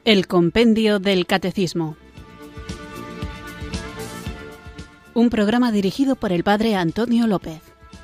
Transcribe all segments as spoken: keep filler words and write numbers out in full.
El Compendio del Catecismo. Un programa dirigido por el Padre Antonio López.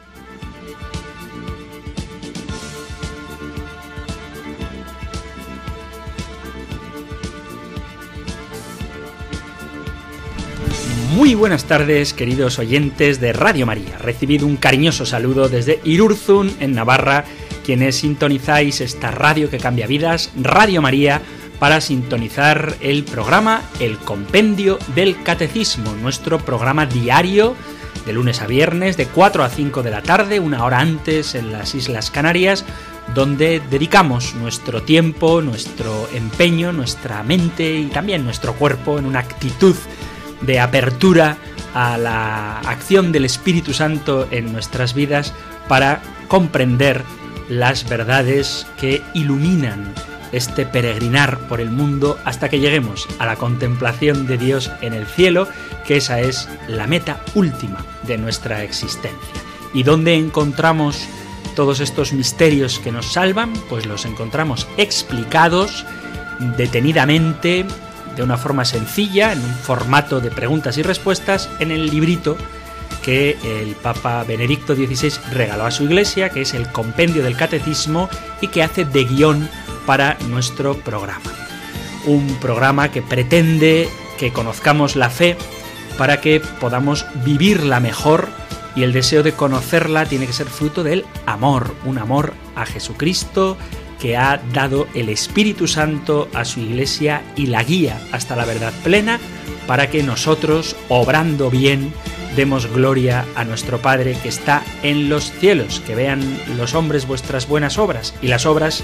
Muy buenas tardes, queridos oyentes de Radio María. Recibid un cariñoso saludo desde Irurzun, en Navarra, quienes sintonizáis esta radio que cambia vidas, Radio María, para sintonizar el programa El Compendio del Catecismo, nuestro programa diario de lunes a viernes de cuatro a cinco de la tarde, una hora antes en las Islas Canarias, donde dedicamos nuestro tiempo, nuestro empeño, nuestra mente y también nuestro cuerpo en una actitud de apertura a la acción del Espíritu Santo en nuestras vidas para comprender las verdades que iluminan este peregrinar por el mundo hasta que lleguemos a la contemplación de Dios en el cielo, que esa es la meta última de nuestra existencia. ¿Y dónde encontramos todos estos misterios que nos salvan? Pues los encontramos explicados detenidamente, de una forma sencilla, en un formato de preguntas y respuestas, en el librito que el Papa Benedicto dieciséis regaló a su Iglesia, que es el Compendio del Catecismo y que hace de guión para nuestro programa. Un programa que pretende que conozcamos la fe para que podamos vivirla mejor, y el deseo de conocerla tiene que ser fruto del amor, un amor a Jesucristo que ha dado el Espíritu Santo a su Iglesia y la guía hasta la verdad plena, para que nosotros, obrando bien, demos gloria a nuestro Padre que está en los cielos. Que vean los hombres vuestras buenas obras. Y las obras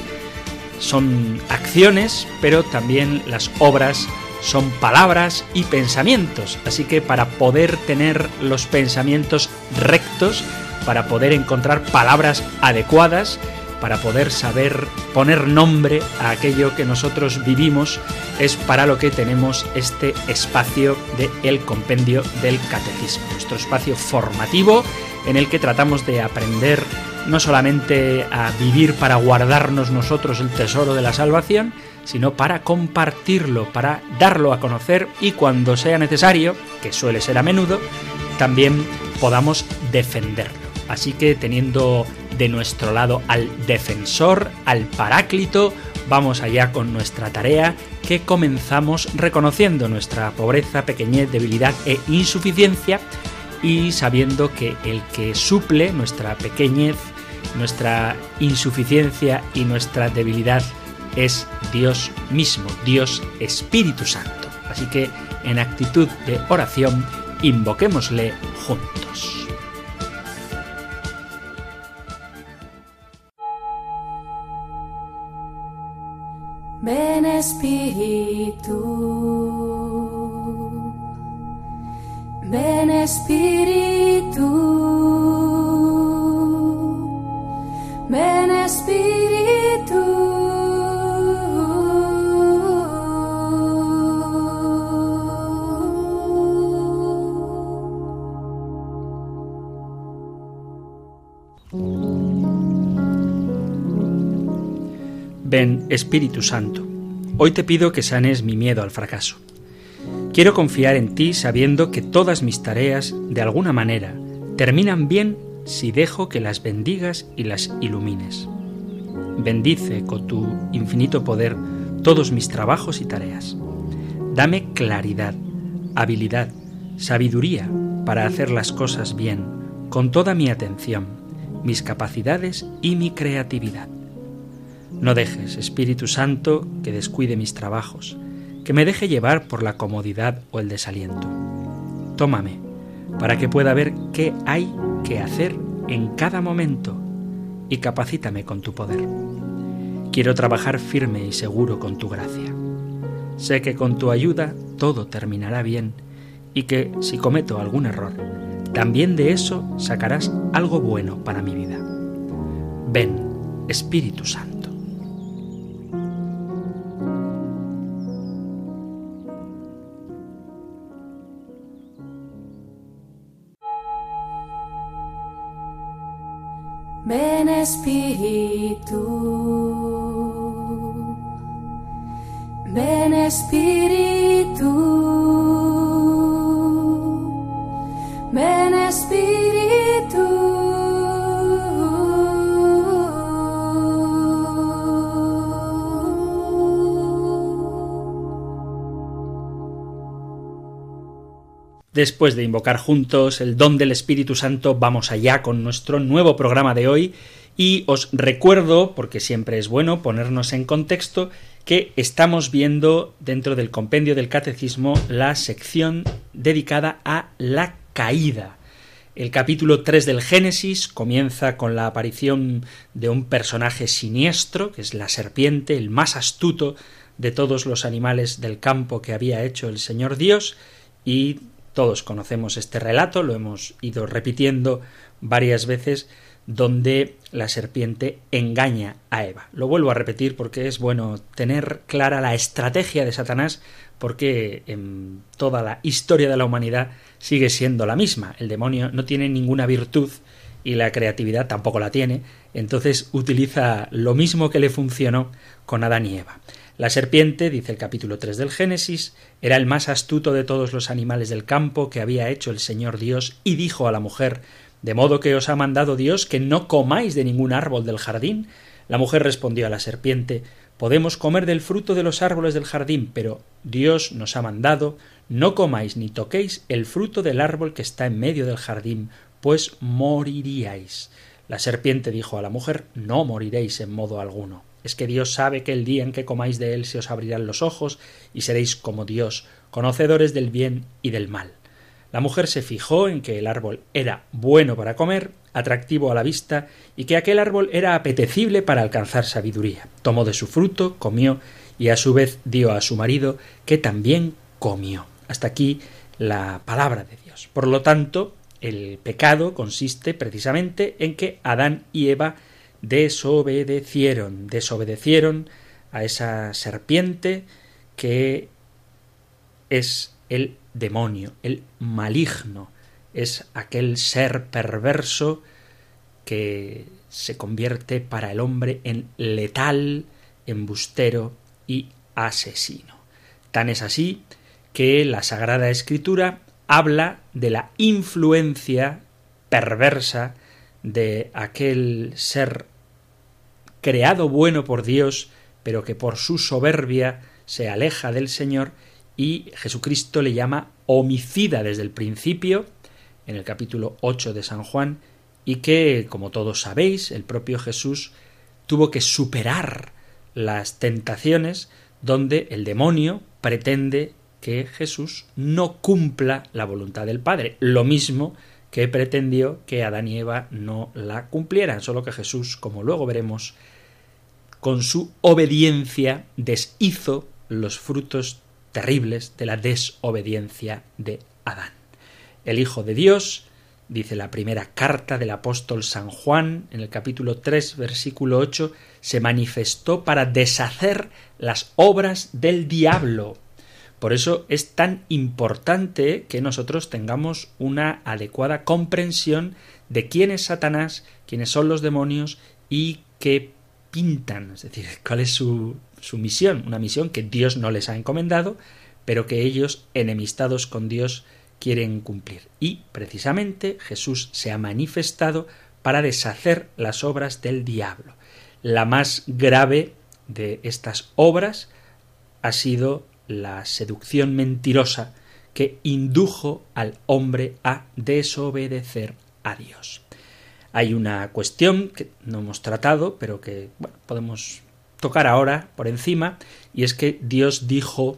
son acciones, pero también las obras son palabras y pensamientos. Así que para poder tener los pensamientos rectos, para poder encontrar palabras adecuadas, para poder saber poner nombre a aquello que nosotros vivimos, es para lo que tenemos este espacio de El Compendio del Catecismo, nuestro espacio formativo en el que tratamos de aprender no solamente a vivir para guardarnos nosotros el tesoro de la salvación, sino para compartirlo, para darlo a conocer y, cuando sea necesario, que suele ser a menudo, también podamos defenderlo. Así que, teniendo de nuestro lado al defensor, al paráclito, vamos allá con nuestra tarea, que comenzamos reconociendo nuestra pobreza, pequeñez, debilidad e insuficiencia, y sabiendo que el que suple nuestra pequeñez, nuestra insuficiencia y nuestra debilidad es Dios mismo, Dios Espíritu Santo. Así que, en actitud de oración, invoquémosle juntos. Ven Espíritu, ven Espíritu, ven Espíritu. Ven Espíritu Santo, hoy te pido que sanes mi miedo al fracaso. Quiero confiar en ti sabiendo que todas mis tareas, de alguna manera, terminan bien si dejo que las bendigas y las ilumines. Bendice con tu infinito poder todos mis trabajos y tareas. Dame claridad, habilidad, sabiduría para hacer las cosas bien, con toda mi atención, mis capacidades y mi creatividad. No dejes, Espíritu Santo, que descuide mis trabajos, que me deje llevar por la comodidad o el desaliento. Tómame, para que pueda ver qué hay que hacer en cada momento, y capacítame con tu poder. Quiero trabajar firme y seguro con tu gracia. Sé que con tu ayuda todo terminará bien, y que si cometo algún error, también de eso sacarás algo bueno para mi vida. Ven, Espíritu Santo. Ven Espíritu, ven Espíritu, ven Espíritu. Después de invocar juntos el don del Espíritu Santo, vamos allá con nuestro nuevo programa de hoy y os recuerdo, porque siempre es bueno ponernos en contexto, que estamos viendo dentro del compendio del Catecismo la sección dedicada a la caída. El capítulo tres del Génesis comienza con la aparición de un personaje siniestro, que es la serpiente, el más astuto de todos los animales del campo que había hecho el Señor Dios, y todos conocemos este relato, lo hemos ido repitiendo varias veces, donde la serpiente engaña a Eva. Lo vuelvo a repetir porque es bueno tener clara la estrategia de Satanás, porque en toda la historia de la humanidad sigue siendo la misma. El demonio no tiene ninguna virtud y la creatividad tampoco la tiene, entonces utiliza lo mismo que le funcionó con Adán y Eva. La serpiente, dice el capítulo tres del Génesis, era el más astuto de todos los animales del campo que había hecho el Señor Dios, y dijo a la mujer: ¿de modo que os ha mandado Dios que no comáis de ningún árbol del jardín? La mujer respondió a la serpiente: podemos comer del fruto de los árboles del jardín, pero Dios nos ha mandado: no comáis ni toquéis el fruto del árbol que está en medio del jardín, pues moriríais. La serpiente dijo a la mujer: no moriréis en modo alguno. Es que Dios sabe que el día en que comáis de él se os abrirán los ojos y seréis como Dios, conocedores del bien y del mal. La mujer se fijó en que el árbol era bueno para comer, atractivo a la vista, y que aquel árbol era apetecible para alcanzar sabiduría. Tomó de su fruto, comió, y a su vez dio a su marido, que también comió. Hasta aquí la palabra de Dios. Por lo tanto, el pecado consiste precisamente en que Adán y Eva desobedecieron, desobedecieron a esa serpiente que es el demonio, el maligno, es aquel ser perverso que se convierte para el hombre en letal, embustero y asesino. Tan es así que la Sagrada Escritura habla de la influencia perversa de aquel ser creado bueno por Dios, pero que por su soberbia se aleja del Señor, y Jesucristo le llama homicida desde el principio, en el capítulo ocho de San Juan, y que, como todos sabéis, el propio Jesús tuvo que superar las tentaciones donde el demonio pretende que Jesús no cumpla la voluntad del Padre, lo mismo que pretendió que Adán y Eva no la cumplieran, solo que Jesús, como luego veremos, con su obediencia deshizo los frutos terribles de la desobediencia de Adán. El Hijo de Dios, dice la primera carta del apóstol San Juan, en el capítulo tres, versículo ocho, se manifestó para deshacer las obras del diablo. Por eso es tan importante que nosotros tengamos una adecuada comprensión de quién es Satanás, quiénes son los demonios y qué pintan, es decir, cuál es su, su misión, una misión que Dios no les ha encomendado, pero que ellos, enemistados con Dios, quieren cumplir. Y precisamente Jesús se ha manifestado para deshacer las obras del diablo. La más grave de estas obras ha sido la seducción mentirosa que indujo al hombre a desobedecer a Dios. Hay una cuestión que no hemos tratado, pero que bueno, podemos tocar ahora por encima, y es que Dios dijo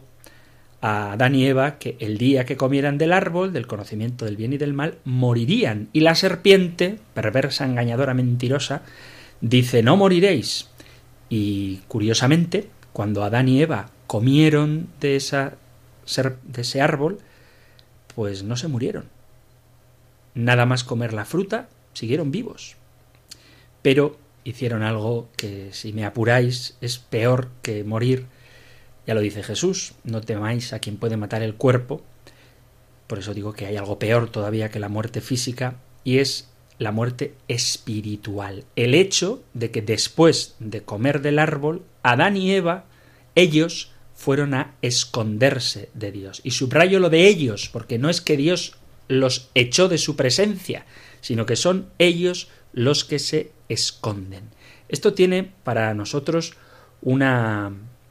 a Adán y Eva que el día que comieran del árbol, del conocimiento del bien y del mal, morirían. Y la serpiente, perversa, engañadora, mentirosa, dice: no moriréis. Y curiosamente, cuando Adán y Eva comieron de, esa, de ese árbol, pues no se murieron. Nada más comer la fruta, siguieron vivos. Pero hicieron algo que, si me apuráis, es peor que morir. Ya lo dice Jesús: no temáis a quien puede matar el cuerpo. Por eso digo que hay algo peor todavía que la muerte física, y es la muerte espiritual. El hecho de que después de comer del árbol, Adán y Eva, ellos fueron a esconderse de Dios. Y subrayo lo de ellos, porque no es que Dios los echó de su presencia, sino que son ellos los que se esconden. Esto tiene para nosotros una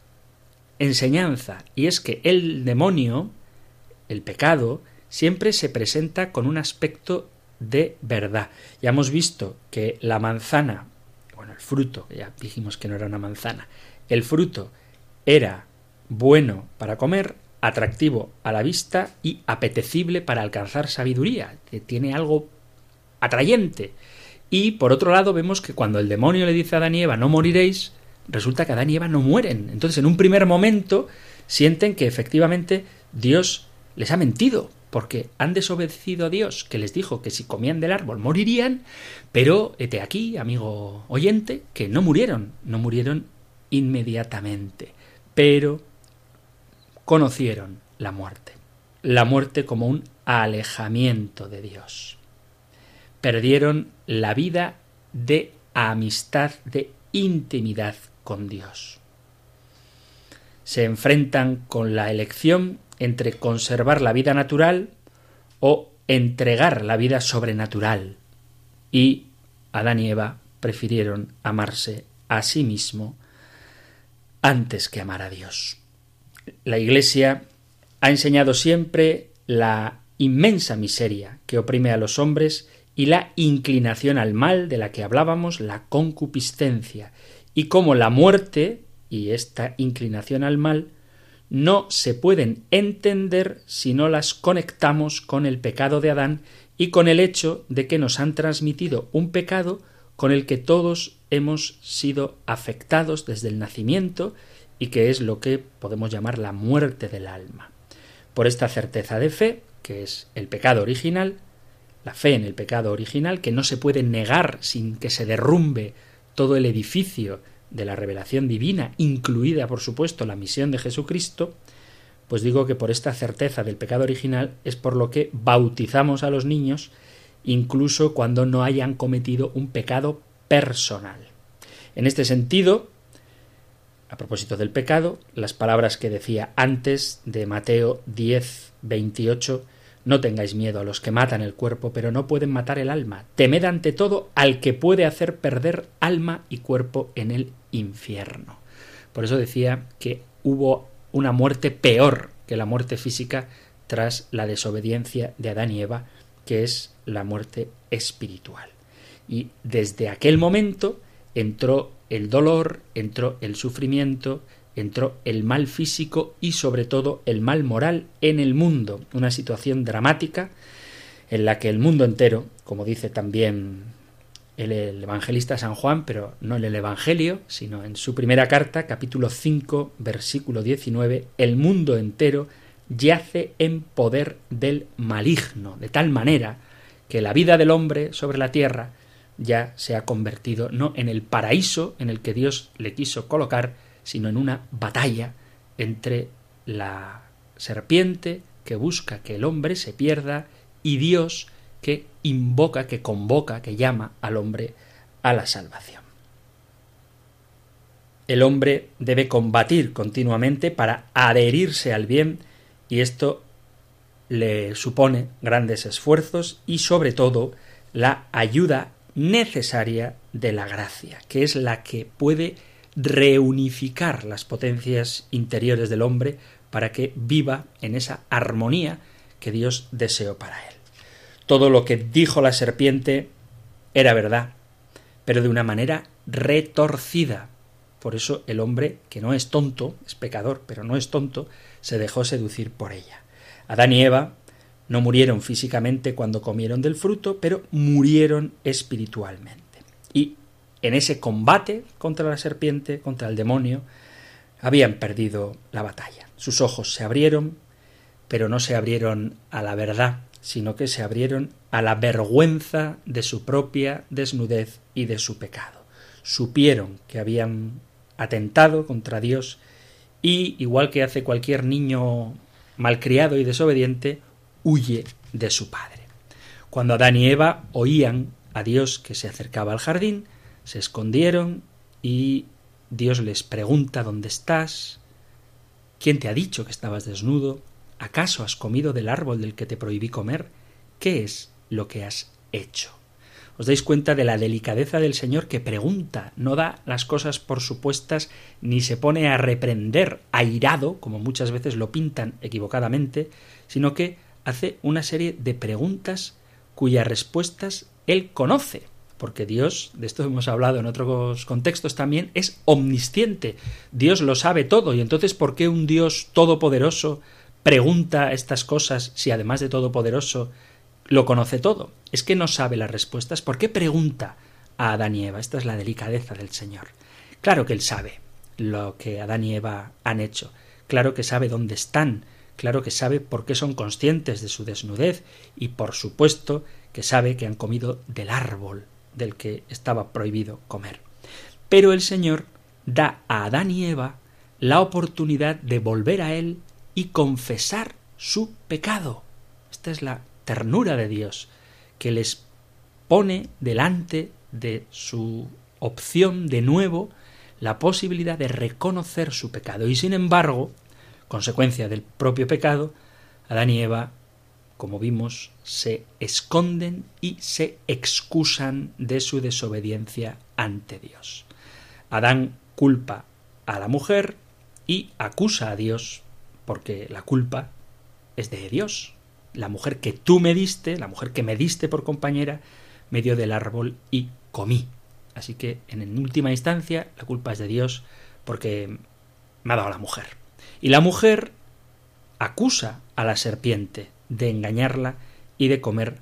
enseñanza, y es que el demonio, el pecado, siempre se presenta con un aspecto de verdad. Ya hemos visto que la manzana, bueno, el fruto, ya dijimos que no era una manzana, el fruto era bueno para comer, atractivo a la vista y apetecible para alcanzar sabiduría, que tiene algo atrayente. Y por otro lado vemos que cuando el demonio le dice a Adán y Eva no moriréis, resulta que Adán y Eva no mueren. Entonces en un primer momento sienten que efectivamente Dios les ha mentido, porque han desobedecido a Dios, que les dijo que si comían del árbol morirían, pero hete aquí, amigo oyente, que no murieron, no murieron inmediatamente, pero conocieron la muerte, la muerte como un alejamiento de Dios. Perdieron la vida de amistad, de intimidad con Dios. Se enfrentan con la elección entre conservar la vida natural o entregar la vida sobrenatural. Y Adán y Eva prefirieron amarse a sí mismo antes que amar a Dios. La Iglesia ha enseñado siempre la inmensa miseria que oprime a los hombres y la inclinación al mal de la que hablábamos, la concupiscencia, y cómo la muerte y esta inclinación al mal no se pueden entender si no las conectamos con el pecado de Adán y con el hecho de que nos han transmitido un pecado con el que todos hemos sido afectados desde el nacimiento y que es lo que podemos llamar la muerte del alma. Por esta certeza de fe, que es el pecado original, la fe en el pecado original, que no se puede negar sin que se derrumbe todo el edificio de la revelación divina, incluida, por supuesto, la misión de Jesucristo, pues digo que por esta certeza del pecado original es por lo que bautizamos a los niños, incluso cuando no hayan cometido un pecado personal. En este sentido, a propósito del pecado, las palabras que decía antes de Mateo diez, veintiocho, no tengáis miedo a los que matan el cuerpo, pero no pueden matar el alma. Temed ante todo al que puede hacer perder alma y cuerpo en el infierno. Por eso decía que hubo una muerte peor que la muerte física tras la desobediencia de Adán y Eva, que es la muerte espiritual. Y desde aquel momento entró el dolor, entró el sufrimiento, entró el mal físico y sobre todo el mal moral en el mundo, una situación dramática en la que el mundo entero, como dice también el, el evangelista San Juan, pero no en el Evangelio, sino en su primera carta, capítulo cinco, versículo diecinueve, el mundo entero yace en poder del maligno, de tal manera que la vida del hombre sobre la tierra ya se ha convertido no en el paraíso en el que Dios le quiso colocar, sino en una batalla entre la serpiente que busca que el hombre se pierda y Dios que invoca, que convoca, que llama al hombre a la salvación. El hombre debe combatir continuamente para adherirse al bien y esto le supone grandes esfuerzos y sobre todo la ayuda necesaria de la gracia, que es la que puede reunificar las potencias interiores del hombre para que viva en esa armonía que Dios deseó para él. Todo lo que dijo la serpiente era verdad, pero de una manera retorcida. Por eso el hombre, que no es tonto, es pecador, pero no es tonto, se dejó seducir por ella. Adán y Eva no murieron físicamente cuando comieron del fruto, pero murieron espiritualmente. Y en ese combate contra la serpiente, contra el demonio, habían perdido la batalla. Sus ojos se abrieron, pero no se abrieron a la verdad, sino que se abrieron a la vergüenza de su propia desnudez y de su pecado. Supieron que habían atentado contra Dios y, igual que hace cualquier niño malcriado y desobediente, huye de su padre. Cuando Adán y Eva oían a Dios que se acercaba al jardín, se escondieron y Dios les pregunta ¿dónde estás? ¿Quién te ha dicho que estabas desnudo? ¿Acaso has comido del árbol del que te prohibí comer? ¿Qué es lo que has hecho? ¿Os dais cuenta de la delicadeza del Señor, que pregunta, no da las cosas por supuestas, ni se pone a reprender airado, como muchas veces lo pintan equivocadamente, sino que hace una serie de preguntas cuyas respuestas Él conoce? Porque Dios, de esto hemos hablado en otros contextos también, es omnisciente. Dios lo sabe todo. Y entonces, ¿por qué un Dios todopoderoso pregunta estas cosas si además de todopoderoso lo conoce todo? Es que no sabe las respuestas. ¿Por qué pregunta a Adán y Eva? Esta es la delicadeza del Señor. Claro que Él sabe lo que Adán y Eva han hecho. Claro que sabe dónde están. Claro que sabe por qué son conscientes de su desnudez. Y por supuesto que sabe que han comido del árbol del que estaba prohibido comer. Pero el Señor da a Adán y Eva la oportunidad de volver a Él y confesar su pecado. Esta es la ternura de Dios, que les pone delante de su opción de nuevo la posibilidad de reconocer su pecado. Y sin embargo, consecuencia del propio pecado, Adán y Eva, como vimos, se esconden y se excusan de su desobediencia ante Dios. Adán culpa a la mujer y acusa a Dios, porque la culpa es de Dios. La mujer que tú me diste, la mujer que me diste por compañera, me dio del árbol y comí. Así que, en última instancia, la culpa es de Dios porque me ha dado la mujer. Y la mujer acusa a la serpiente de engañarla y de comer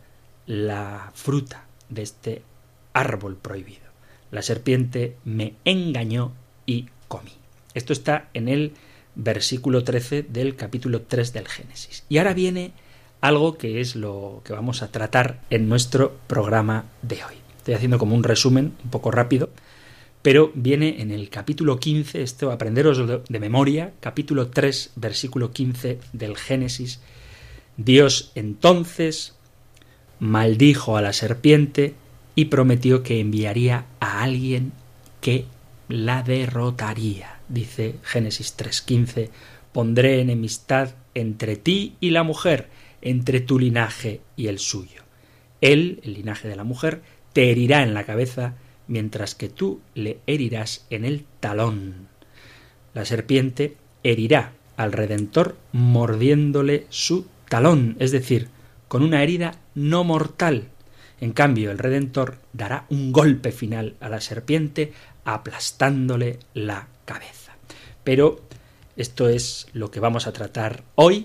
la fruta de este árbol prohibido. La serpiente me engañó y comí. Esto está en el versículo trece del capítulo tres del Génesis. Y ahora viene algo que es lo que vamos a tratar en nuestro programa de hoy. Estoy haciendo como un resumen un poco rápido, pero viene en el capítulo quince, esto aprenderos de memoria, capítulo tres, versículo quince del Génesis. Dios entonces maldijo a la serpiente y prometió que enviaría a alguien que la derrotaría. Dice Génesis tres quince, pondré enemistad entre ti y la mujer, entre tu linaje y el suyo. Él, el linaje de la mujer, te herirá en la cabeza, mientras que tú le herirás en el talón. La serpiente herirá al Redentor mordiéndole su talón, es decir, con una herida no mortal. En cambio, el Redentor dará un golpe final a la serpiente aplastándole la cabeza. Pero esto es lo que vamos a tratar hoy,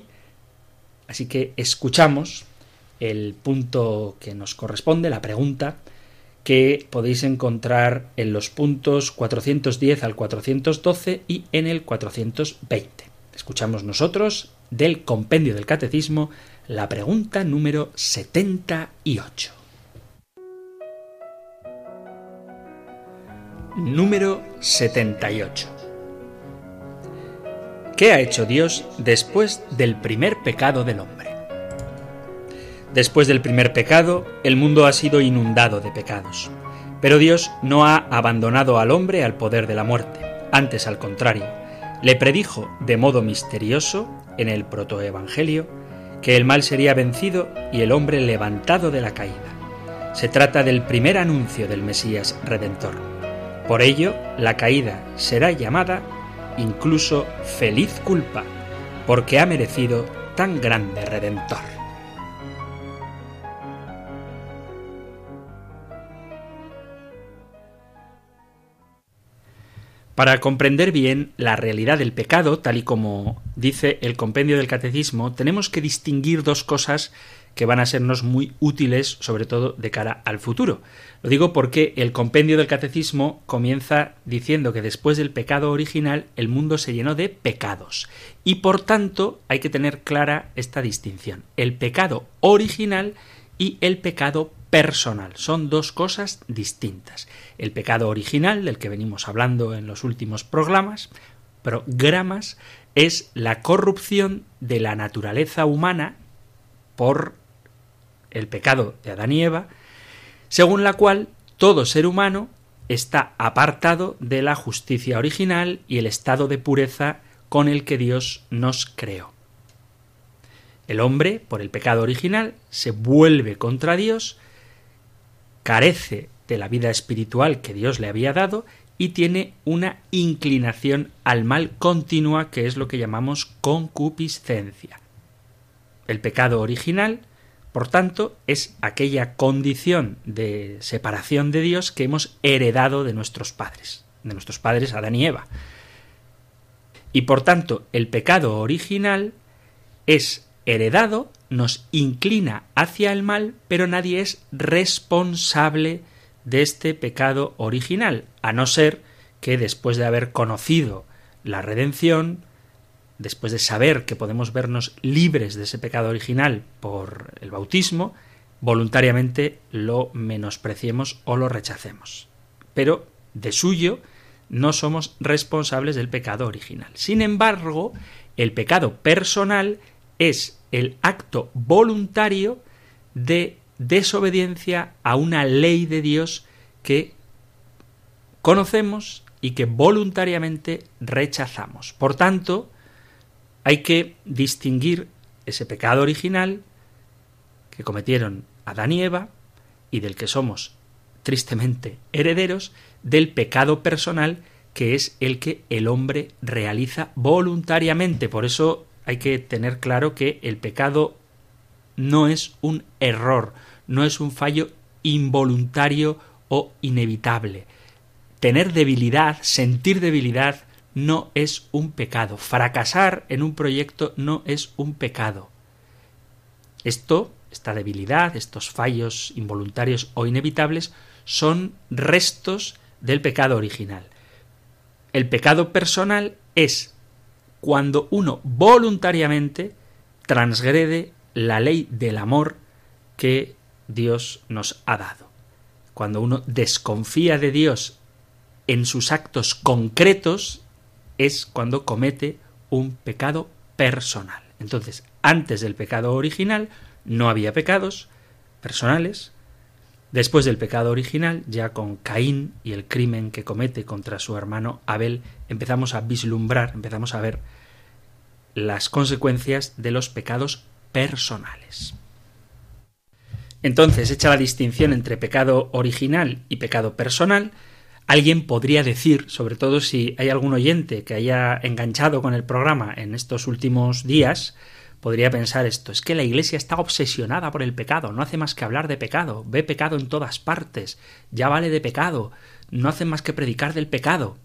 así que escuchamos el punto que nos corresponde, la pregunta que podéis encontrar en los puntos cuatrocientos diez al cuatrocientos doce y en el cuatrocientos veinte. Escuchamos nosotros del Compendio del Catecismo la pregunta número setenta y ocho. Número setenta y ocho. ¿Qué ha hecho Dios después del primer pecado del hombre? Después del primer pecado, el mundo ha sido inundado de pecados. Pero Dios no ha abandonado al hombre al poder de la muerte. Antes, al contrario, le predijo de modo misterioso, en el protoevangelio, que el mal sería vencido y el hombre levantado de la caída. Se trata del primer anuncio del Mesías Redentor. Por ello, la caída será llamada incluso feliz culpa, porque ha merecido tan grande Redentor. Para comprender bien la realidad del pecado, tal y como dice el Compendio del Catecismo, tenemos que distinguir dos cosas que van a sernos muy útiles, sobre todo de cara al futuro. Lo digo porque el Compendio del Catecismo comienza diciendo que después del pecado original el mundo se llenó de pecados. Y por tanto hay que tener clara esta distinción. El pecado original y el pecado personal. Son dos cosas distintas. El pecado original, del que venimos hablando en los últimos programas, programas, es la corrupción de la naturaleza humana por el pecado de Adán y Eva, según la cual todo ser humano está apartado de la justicia original y el estado de pureza con el que Dios nos creó. El hombre, por el pecado original, se vuelve contra Dios, carece de la vida espiritual que Dios le había dado y tiene una inclinación al mal continua, que es lo que llamamos concupiscencia. El pecado original, por tanto, es aquella condición de separación de Dios que hemos heredado de nuestros padres, de nuestros padres Adán y Eva. Y por tanto, el pecado original es heredado, nos inclina hacia el mal, pero nadie es responsable de este pecado original, a no ser que después de haber conocido la redención, después de saber que podemos vernos libres de ese pecado original por el bautismo, voluntariamente lo menospreciemos o lo rechacemos. Pero, de suyo, no somos responsables del pecado original. Sin embargo, el pecado personal es el acto voluntario de desobediencia a una ley de Dios que conocemos y que voluntariamente rechazamos. Por tanto, hay que distinguir ese pecado original que cometieron Adán y Eva y del que somos tristemente herederos, del pecado personal que es el que el hombre realiza voluntariamente. Por eso hay que tener claro que el pecado no es un error, no es un fallo involuntario o inevitable. Tener debilidad, sentir debilidad, no es un pecado. Fracasar en un proyecto no es un pecado. Esto, esta debilidad, estos fallos involuntarios o inevitables, son restos del pecado original. El pecado personal es cuando uno voluntariamente transgrede la ley del amor que Dios nos ha dado. Cuando uno desconfía de Dios en sus actos concretos, es cuando comete un pecado personal. Entonces, antes del pecado original no había pecados personales. Después del pecado original, ya con Caín y el crimen que comete contra su hermano Abel, empezamos a vislumbrar, empezamos a ver las consecuencias de los pecados personales. Entonces, hecha la distinción entre pecado original y pecado personal, alguien podría decir, sobre todo si hay algún oyente que haya enganchado con el programa en estos últimos días, podría pensar esto: es que la Iglesia está obsesionada por el pecado, no hace más que hablar de pecado, ve pecado en todas partes, ya vale de pecado, no hace más que predicar del pecado.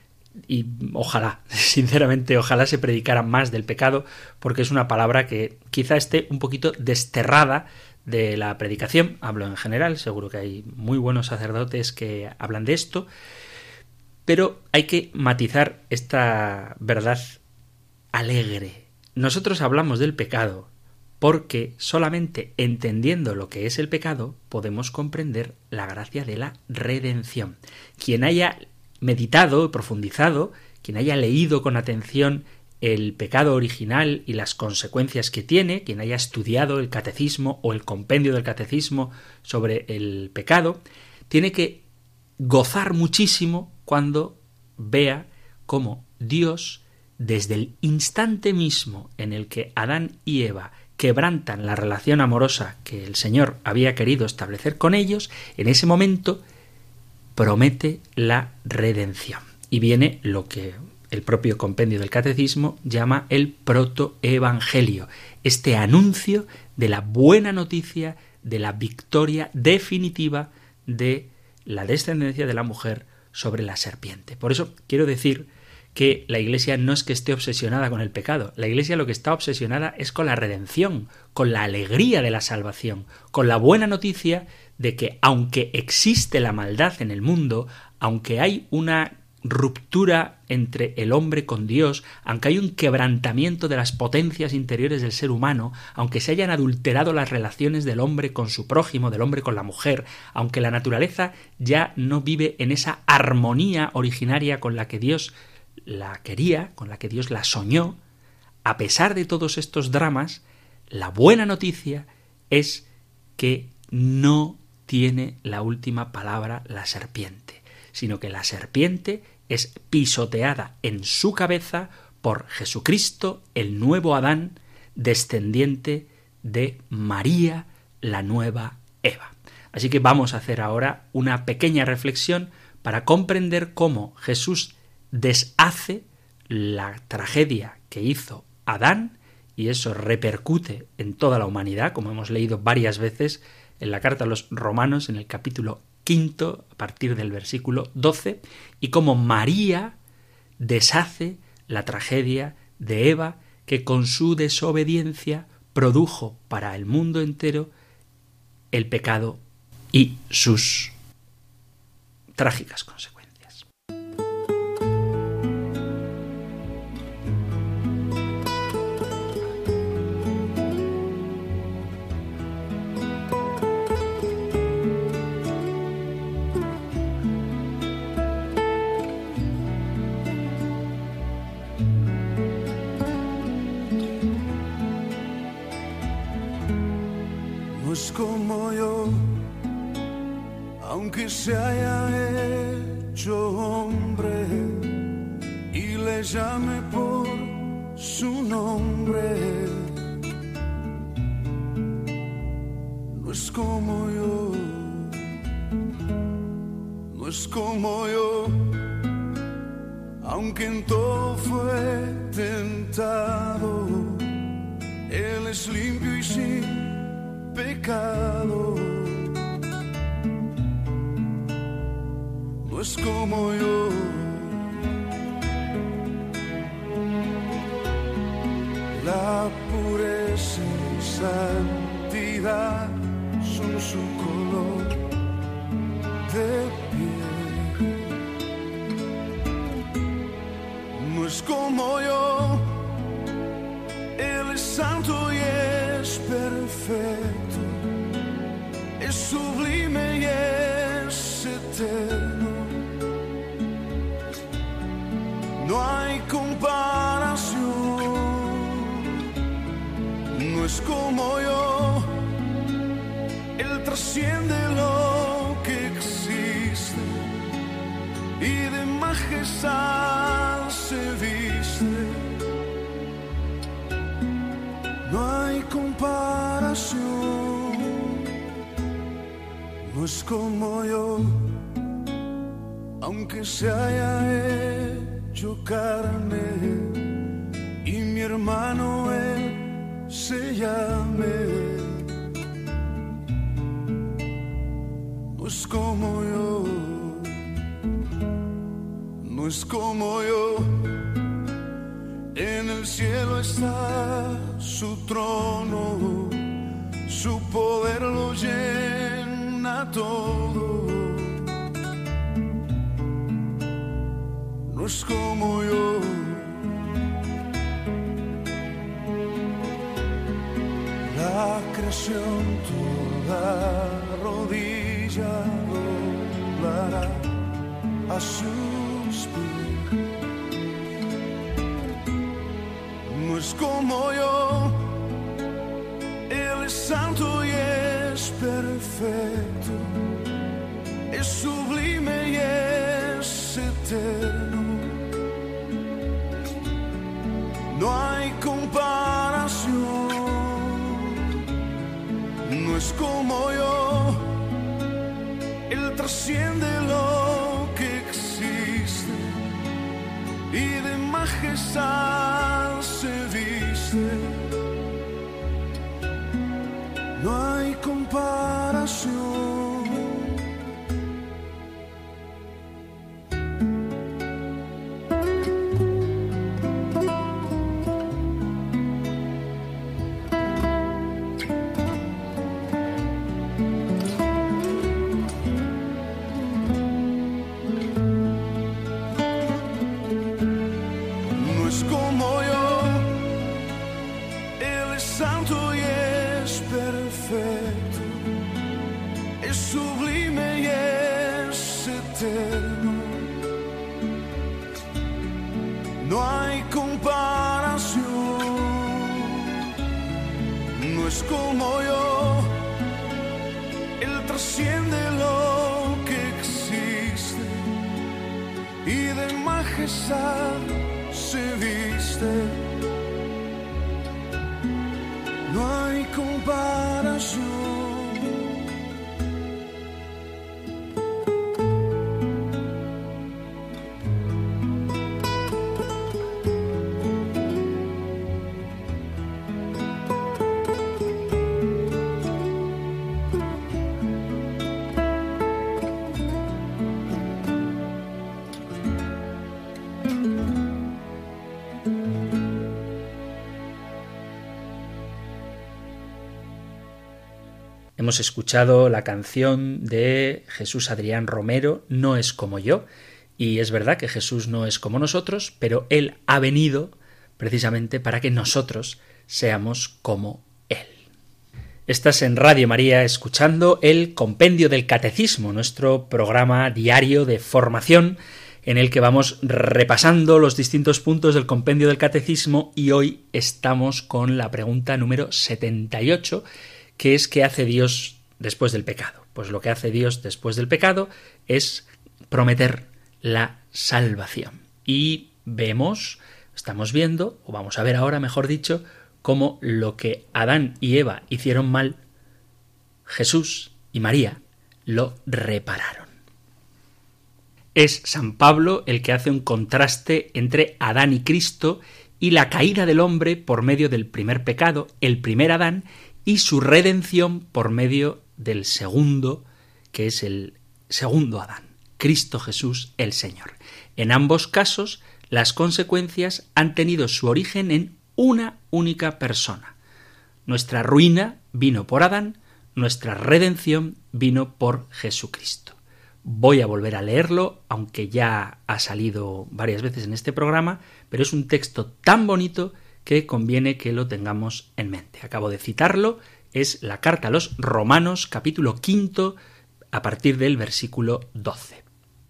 Y ojalá, sinceramente, ojalá se predicara más del pecado, porque es una palabra que quizá esté un poquito desterrada de la predicación. Hablo en general, seguro que hay muy buenos sacerdotes que hablan de esto, pero hay que matizar esta verdad alegre. Nosotros hablamos del pecado porque solamente entendiendo lo que es el pecado podemos comprender la gracia de la redención. Quien haya meditado, profundizado, quien haya leído con atención el pecado original y las consecuencias que tiene, quien haya estudiado el catecismo o el compendio del catecismo sobre el pecado, tiene que gozar muchísimo cuando vea cómo Dios, desde el instante mismo en el que Adán y Eva quebrantan la relación amorosa que el Señor había querido establecer con ellos, en ese momento promete la redención. Y viene lo que el propio compendio del catecismo llama el protoevangelio, este anuncio de la buena noticia de la victoria definitiva de la descendencia de la mujer sobre la serpiente. Por eso quiero decir que la Iglesia no es que esté obsesionada con el pecado. La Iglesia lo que está obsesionada es con la redención, con la alegría de la salvación, con la buena noticia de que aunque existe la maldad en el mundo, aunque hay una ruptura entre el hombre con Dios, aunque hay un quebrantamiento de las potencias interiores del ser humano, aunque se hayan adulterado las relaciones del hombre con su prójimo, del hombre con la mujer, aunque la naturaleza ya no vive en esa armonía originaria con la que Dios la quería, con la que Dios la soñó, a pesar de todos estos dramas, la buena noticia es que no tiene la última palabra la serpiente, sino que la serpiente es pisoteada en su cabeza por Jesucristo, el nuevo Adán, descendiente de María, la nueva Eva. Así que vamos a hacer ahora una pequeña reflexión para comprender cómo Jesús deshace la tragedia que hizo Adán, y eso repercute en toda la humanidad, como hemos leído varias veces en la carta a los Romanos, en el capítulo quinto, a partir del versículo doce, y cómo María deshace la tragedia de Eva, que con su desobediencia produjo para el mundo entero el pecado y sus trágicas consecuencias. No es como yo, aunque se haya hecho hombre y le llame por su nombre. No es como yo, no es como yo, aunque en todo fue tentado. Él es limpio y sin pecado. No es como yo, la pureza y santidad son su color de piel. No es como yo, Él es santo y es perfecto, es sublime y es eterno. No hay comparación. No es como yo, Él trasciende lo que existe y de majestad se viste. No hay comparación. No es como yo, aunque se haya hecho carne y mi hermano él se llame. No es como yo, no es como yo. En el cielo está su trono, su poder lo llena todo. No es como yo, la creación toda rodilla doblará a sus pies. No es como yo, Él es santo y es perfecto, es sublime y es eterno. No hay comparación. No es como yo, Él trasciende lo que existe y de majestad se viste. No hay comparación. se viste. No hay comparación. Hemos escuchado la canción de Jesús Adrián Romero, No es como yo, y es verdad que Jesús no es como nosotros, pero Él ha venido precisamente para que nosotros seamos como Él. Estás en Radio María escuchando el Compendio del Catecismo, nuestro programa diario de formación en el que vamos repasando los distintos puntos del Compendio del Catecismo, y hoy estamos con la pregunta número setenta y ocho, que es ¿qué hace Dios después del pecado? Pues lo que hace Dios después del pecado es prometer la salvación. Y vemos, estamos viendo, o vamos a ver ahora, mejor dicho, cómo lo que Adán y Eva hicieron mal, Jesús y María lo repararon. Es San Pablo el que hace un contraste entre Adán y Cristo y la caída del hombre por medio del primer pecado, el primer Adán, y su redención por medio del segundo, que es el segundo Adán, Cristo Jesús el Señor. En ambos casos, las consecuencias han tenido su origen en una única persona. Nuestra ruina vino por Adán, nuestra redención vino por Jesucristo. Voy a volver a leerlo, aunque ya ha salido varias veces en este programa, pero es un texto tan bonito que conviene que lo tengamos en mente. Acabo de citarlo, es la carta a los Romanos, capítulo quinto, a partir del versículo doce.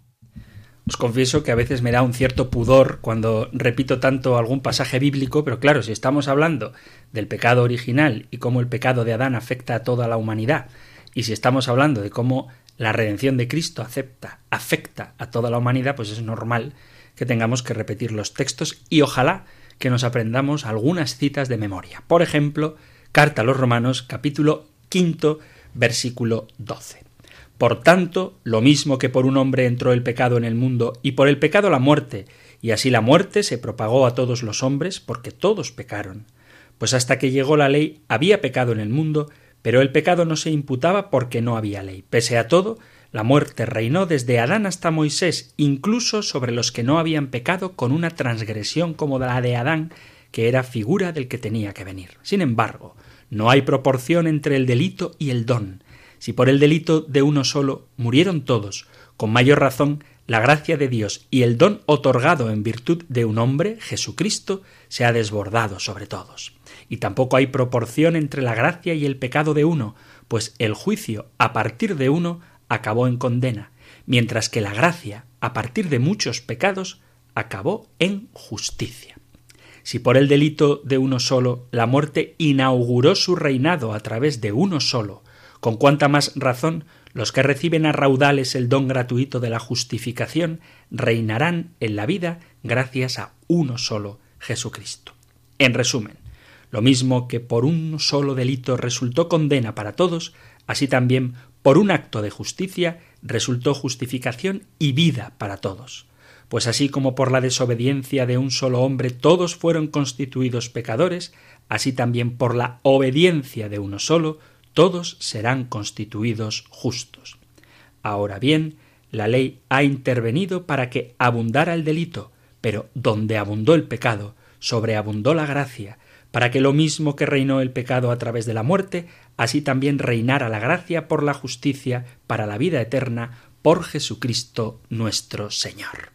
Os confieso que a veces me da un cierto pudor cuando repito tanto algún pasaje bíblico, pero claro, si estamos hablando del pecado original y cómo el pecado de Adán afecta a toda la humanidad, y si estamos hablando de cómo la redención de Cristo acepta, afecta a toda la humanidad, pues es normal que tengamos que repetir los textos y ojalá que nos aprendamos algunas citas de memoria. Por ejemplo, Carta a los Romanos, capítulo quinto, versículo doce. Por tanto, lo mismo que por un hombre entró el pecado en el mundo, y por el pecado la muerte, y así la muerte se propagó a todos los hombres, porque todos pecaron. Pues hasta que llegó la ley había pecado en el mundo, pero el pecado no se imputaba porque no había ley. Pese a todo, la muerte reinó desde Adán hasta Moisés, incluso sobre los que no habían pecado, con una transgresión como la de Adán, que era figura del que tenía que venir. Sin embargo, no hay proporción entre el delito y el don. Si por el delito de uno solo murieron todos, con mayor razón la gracia de Dios y el don otorgado en virtud de un hombre, Jesucristo, se ha desbordado sobre todos. Y tampoco hay proporción entre la gracia y el pecado de uno, pues el juicio a partir de uno acabó en condena, mientras que la gracia, a partir de muchos pecados, acabó en justicia. Si por el delito de uno solo la muerte inauguró su reinado a través de uno solo, con cuánta más razón los que reciben a raudales el don gratuito de la justificación reinarán en la vida gracias a uno solo, Jesucristo. En resumen, lo mismo que por un solo delito resultó condena para todos, así también por un acto de justicia resultó justificación y vida para todos. Pues así como por la desobediencia de un solo hombre todos fueron constituidos pecadores, así también por la obediencia de uno solo todos serán constituidos justos. Ahora bien, la ley ha intervenido para que abundara el delito, pero donde abundó el pecado, sobreabundó la gracia, para que lo mismo que reinó el pecado a través de la muerte, así también reinara la gracia por la justicia para la vida eterna por Jesucristo nuestro Señor.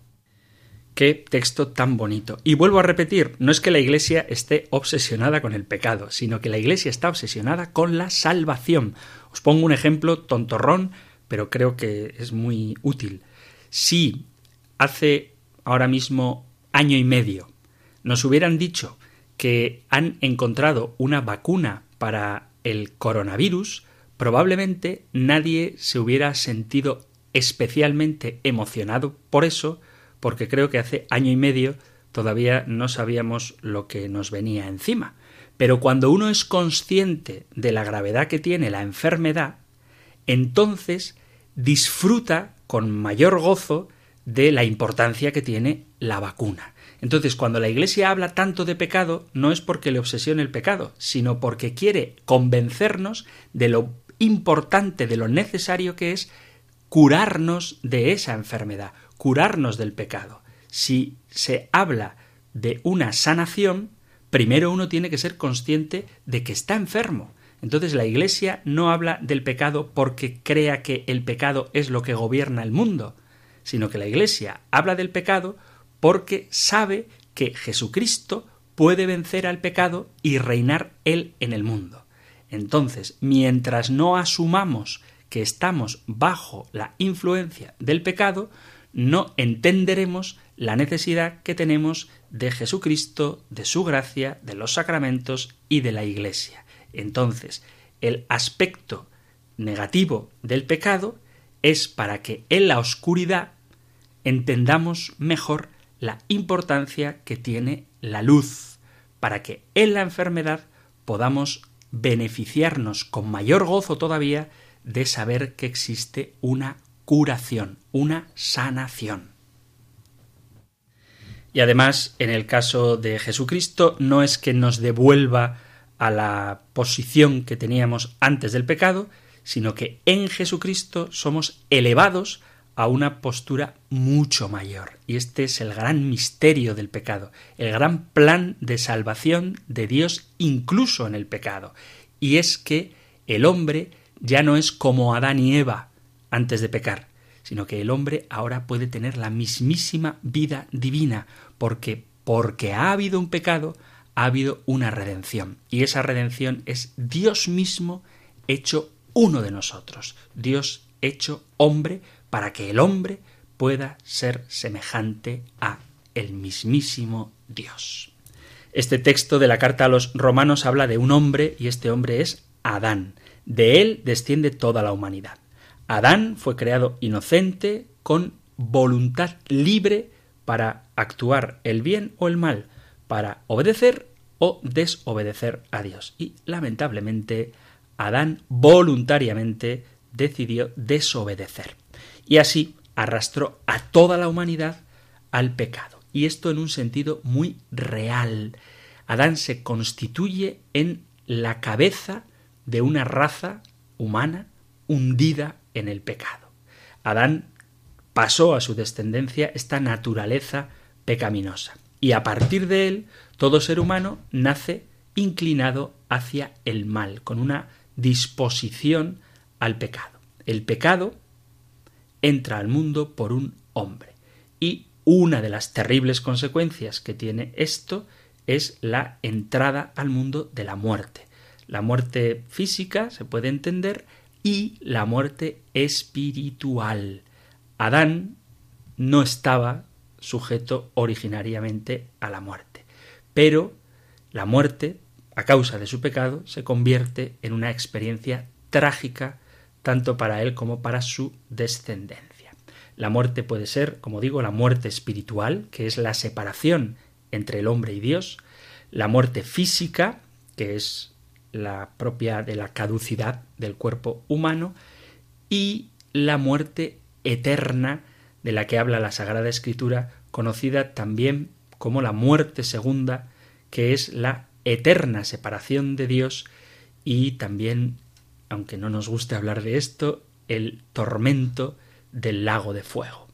Qué texto tan bonito. Y vuelvo a repetir, no es que la Iglesia esté obsesionada con el pecado, sino que la Iglesia está obsesionada con la salvación. Os pongo un ejemplo tontorrón, pero creo que es muy útil. Si hace ahora mismo año y medio nos hubieran dicho que han encontrado una vacuna para el coronavirus, probablemente nadie se hubiera sentido especialmente emocionado por eso, porque creo que hace año y medio todavía no sabíamos lo que nos venía encima. Pero cuando uno es consciente de la gravedad que tiene la enfermedad, entonces disfruta con mayor gozo de la importancia que tiene la vacuna. Entonces, cuando la Iglesia habla tanto de pecado, no es porque le obsesione el pecado, sino porque quiere convencernos de lo importante, de lo necesario que es curarnos de esa enfermedad, curarnos del pecado. Si se habla de una sanación, primero uno tiene que ser consciente de que está enfermo. Entonces la Iglesia no habla del pecado porque crea que el pecado es lo que gobierna el mundo, sino que la Iglesia habla del pecado porque sabe que Jesucristo puede vencer al pecado y reinar Él en el mundo. Entonces, mientras no asumamos que estamos bajo la influencia del pecado, no entenderemos la necesidad que tenemos de Jesucristo, de su gracia, de los sacramentos y de la Iglesia. Entonces, el aspecto negativo del pecado es para que en la oscuridad entendamos mejor la importancia que tiene la luz, para que en la enfermedad podamos beneficiarnos con mayor gozo todavía de saber que existe una curación, una sanación. Y además, en el caso de Jesucristo, no es que nos devuelva a la posición que teníamos antes del pecado, sino que en Jesucristo somos elevados a una postura mucho mayor. Y este es el gran misterio del pecado, el gran plan de salvación de Dios incluso en el pecado. Y es que el hombre ya no es como Adán y Eva antes de pecar, sino que el hombre ahora puede tener la mismísima vida divina, porque porque ha habido un pecado, ha habido una redención. Y esa redención es Dios mismo hecho uno de nosotros, Dios hecho hombre, para que el hombre pueda ser semejante a el mismísimo Dios. Este texto de la carta a los romanos habla de un hombre, y este hombre es Adán. De él desciende toda la humanidad. Adán fue creado inocente, con voluntad libre para actuar el bien o el mal, para obedecer o desobedecer a Dios. Y lamentablemente, Adán voluntariamente decidió desobedecer. Y así arrastró a toda la humanidad al pecado. Y esto en un sentido muy real. Adán se constituye en la cabeza de una raza humana hundida en el pecado. Adán pasó a su descendencia esta naturaleza pecaminosa. Y a partir de él, todo ser humano nace inclinado hacia el mal, con una disposición al pecado. El pecado entra al mundo por un hombre. Y una de las terribles consecuencias que tiene esto es la entrada al mundo de la muerte. La muerte física se puede entender y la muerte espiritual. Adán no estaba sujeto originariamente a la muerte, pero la muerte, a causa de su pecado, se convierte en una experiencia trágica tanto para él como para su descendencia. La muerte puede ser, como digo, la muerte espiritual, que es la separación entre el hombre y Dios, la muerte física, que es la propia de la caducidad del cuerpo humano, y la muerte eterna de la que habla la Sagrada Escritura, conocida también como la muerte segunda, que es la eterna separación de Dios y también, aunque no nos guste hablar de esto, el tormento del lago de fuego.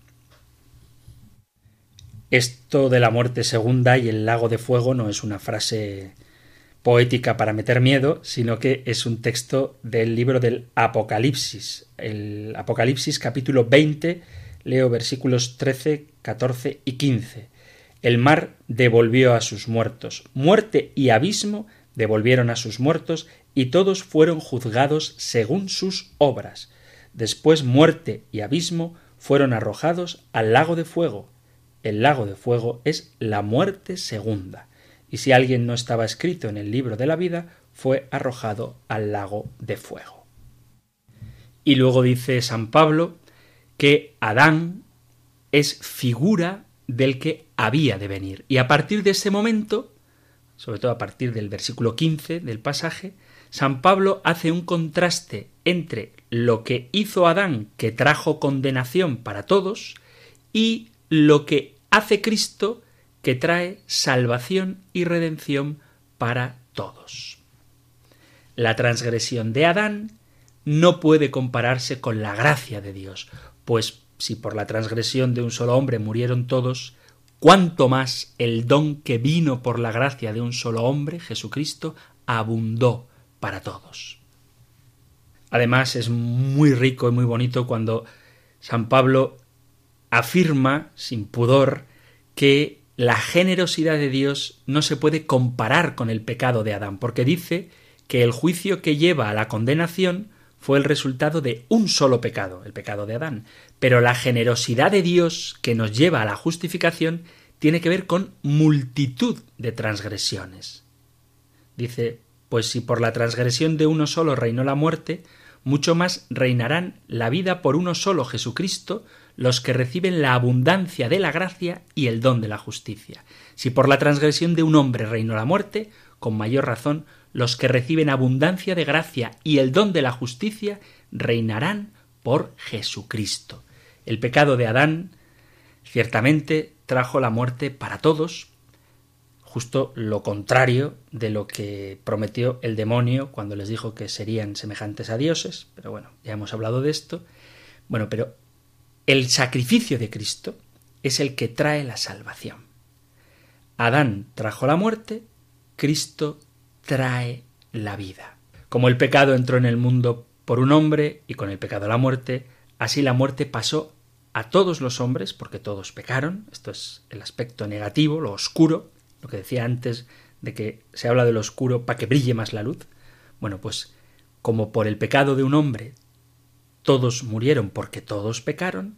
Esto de la muerte segunda y el lago de fuego no es una frase poética para meter miedo, sino que es un texto del libro del Apocalipsis. El Apocalipsis capítulo veinte, leo versículos trece, catorce y quince. El mar devolvió a sus muertos, muerte y abismo devolvieron a sus muertos, y todos fueron juzgados según sus obras. Después muerte y abismo fueron arrojados al lago de fuego. El lago de fuego es la muerte segunda. Y si alguien no estaba escrito en el libro de la vida, fue arrojado al lago de fuego. Y luego dice San Pablo que Adán es figura del que había de venir. Y a partir de ese momento, sobre todo a partir del versículo quince del pasaje, San Pablo hace un contraste entre lo que hizo Adán, que trajo condenación para todos, y lo que hace Cristo, que trae salvación y redención para todos. La transgresión de Adán no puede compararse con la gracia de Dios, pues si por la transgresión de un solo hombre murieron todos, cuánto más el don que vino por la gracia de un solo hombre, Jesucristo, abundó para todos. Además, es muy rico y muy bonito cuando San Pablo afirma, sin pudor, que la generosidad de Dios no se puede comparar con el pecado de Adán, porque dice que el juicio que lleva a la condenación fue el resultado de un solo pecado, el pecado de Adán. Pero la generosidad de Dios que nos lleva a la justificación tiene que ver con multitud de transgresiones. Dice, pues si por la transgresión de uno solo reinó la muerte, mucho más reinarán la vida por uno solo, Jesucristo, los que reciben la abundancia de la gracia y el don de la justicia. Si por la transgresión de un hombre reinó la muerte, con mayor razón, los que reciben abundancia de gracia y el don de la justicia reinarán por Jesucristo. El pecado de Adán ciertamente trajo la muerte para todos, justo lo contrario de lo que prometió el demonio cuando les dijo que serían semejantes a dioses, pero bueno, ya hemos hablado de esto. Bueno, pero el sacrificio de Cristo es el que trae la salvación. Adán trajo la muerte, Cristo trae la vida. Como el pecado entró en el mundo por un hombre y con el pecado la muerte, así la muerte pasó a todos los hombres porque todos pecaron. Esto es el aspecto negativo, lo oscuro, lo que decía antes de que se habla de lo oscuro para que brille más la luz. Bueno, pues como por el pecado de un hombre todos murieron porque todos pecaron,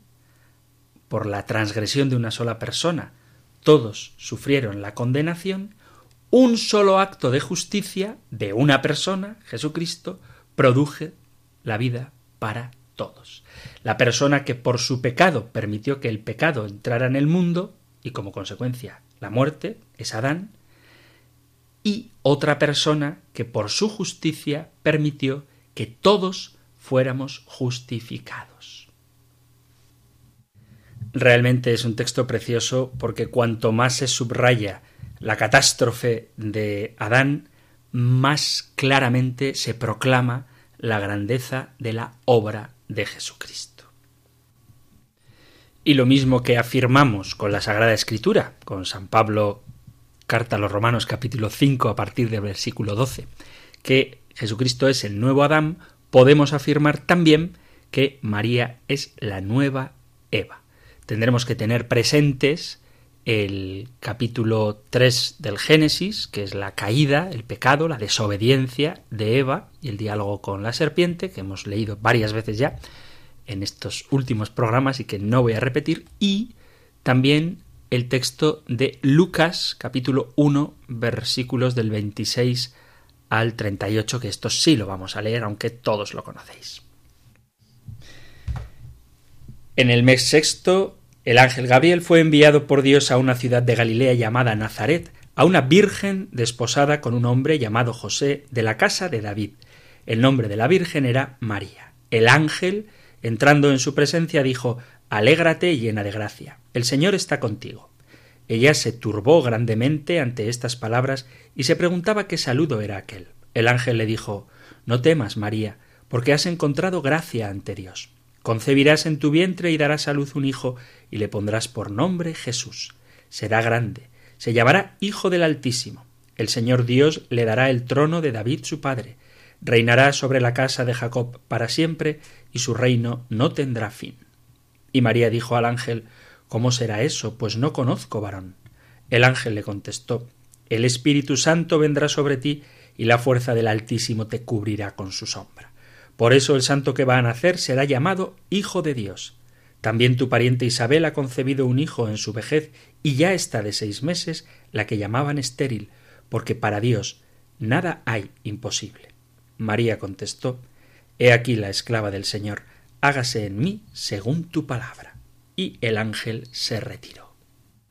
por la transgresión de una sola persona todos sufrieron la condenación, un solo acto de justicia de una persona, Jesucristo, produje la vida para todos. La persona que por su pecado permitió que el pecado entrara en el mundo y como consecuencia la muerte es Adán, y otra persona que por su justicia permitió que todos fuéramos justificados. Realmente es un texto precioso porque cuanto más se subraya la catástrofe de Adán, más claramente se proclama la grandeza de la obra de Jesucristo. Y lo mismo que afirmamos con la Sagrada Escritura, con San Pablo, carta a los Romanos capítulo cinco a partir del versículo doce, que Jesucristo es el nuevo Adán, podemos afirmar también que María es la nueva Eva. Tendremos que tener presentes el capítulo tres del Génesis, que es la caída, el pecado, la desobediencia de Eva y el diálogo con la serpiente, que hemos leído varias veces ya en estos últimos programas y que no voy a repetir, y también el texto de Lucas, capítulo uno, versículos del veintiséis al treinta y ocho, que esto sí lo vamos a leer, aunque todos lo conocéis. En el mes sexto, el ángel Gabriel fue enviado por Dios a una ciudad de Galilea llamada Nazaret, a una virgen desposada con un hombre llamado José, de la casa de David. El nombre de la virgen era María. El ángel, entrando en su presencia, dijo: «Alégrate, llena de gracia, el Señor está contigo». Ella se turbó grandemente ante estas palabras y se preguntaba qué saludo era aquel. El ángel le dijo: «No temas, María, porque has encontrado gracia ante Dios. Concebirás en tu vientre y darás a luz un hijo, y le pondrás por nombre Jesús. Será grande, se llamará Hijo del Altísimo. El Señor Dios le dará el trono de David su padre. Reinará sobre la casa de Jacob para siempre, y su reino no tendrá fin». Y María dijo al ángel: «¿Cómo será eso? Pues no conozco varón». El ángel le contestó: «El Espíritu Santo vendrá sobre ti, y la fuerza del Altísimo te cubrirá con su sombra. Por eso el santo que va a nacer será llamado Hijo de Dios. También tu pariente Isabel ha concebido un hijo en su vejez, y ya está de seis meses la que llamaban estéril, porque para Dios nada hay imposible». María contestó: «He aquí la esclava del Señor, hágase en mí según tu palabra». Y el ángel se retiró.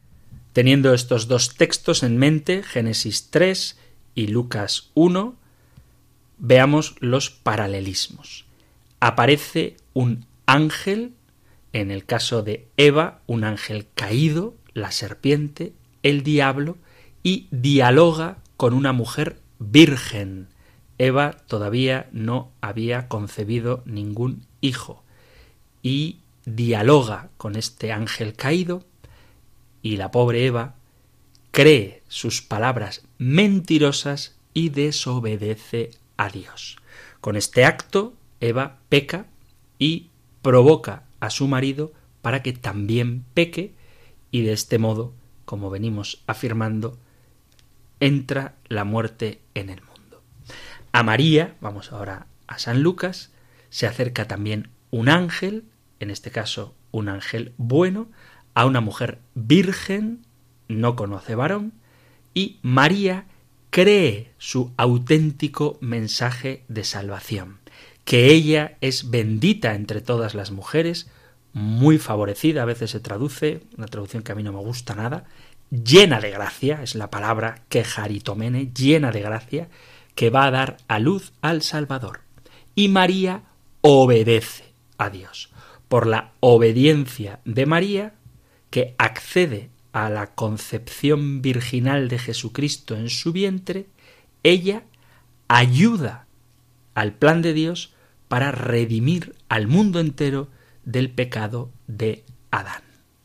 Teniendo estos dos textos en mente, Génesis tres y Lucas uno, veamos los paralelismos. Aparece un ángel, en el caso de Eva, un ángel caído, la serpiente, el diablo, y dialoga con una mujer virgen. Eva todavía no había concebido ningún hijo y dialoga con este ángel caído, y la pobre Eva cree sus palabras mentirosas y desobedece a Dios. Con este acto, Eva peca y provoca a su marido para que también peque, y de este modo, como venimos afirmando, entra la muerte en el mundo. A María, vamos ahora a San Lucas, se acerca también un ángel, en este caso un ángel bueno, a una mujer virgen, no conoce varón, y María cree su auténtico mensaje de salvación, que ella es bendita entre todas las mujeres, muy favorecida, a veces se traduce, una traducción que a mí no me gusta nada, llena de gracia, es la palabra quejaritomene, llena de gracia, que va a dar a luz al Salvador. Y María obedece a Dios. Por la obediencia de María, que accede a la concepción virginal de Jesucristo en su vientre, ella ayuda al plan de Dios para redimir al mundo entero del pecado de Adán.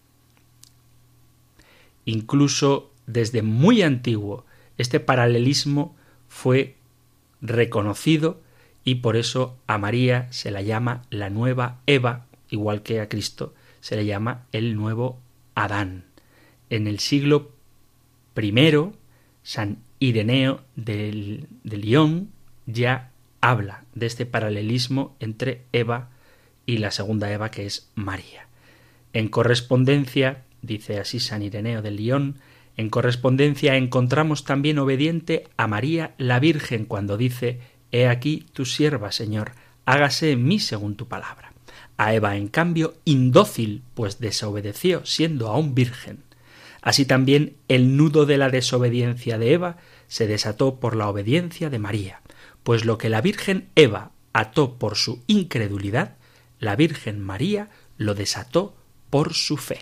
Incluso desde muy antiguo, este paralelismo fue reconocido y por eso a María se la llama la nueva Eva, igual que a Cristo se le llama el nuevo Adán. En el siglo primero, San Ireneo de, de Lyon ya habla de este paralelismo entre Eva y la segunda Eva, que es María. En correspondencia, dice así San Ireneo de Lyon, en correspondencia encontramos también obediente a María la Virgen cuando dice: «He aquí tu sierva, Señor, hágase en mí según tu palabra». A Eva, en cambio, indócil, pues desobedeció siendo aún virgen. Así también el nudo de la desobediencia de Eva se desató por la obediencia de María, pues lo que la Virgen Eva ató por su incredulidad, la Virgen María lo desató por su fe.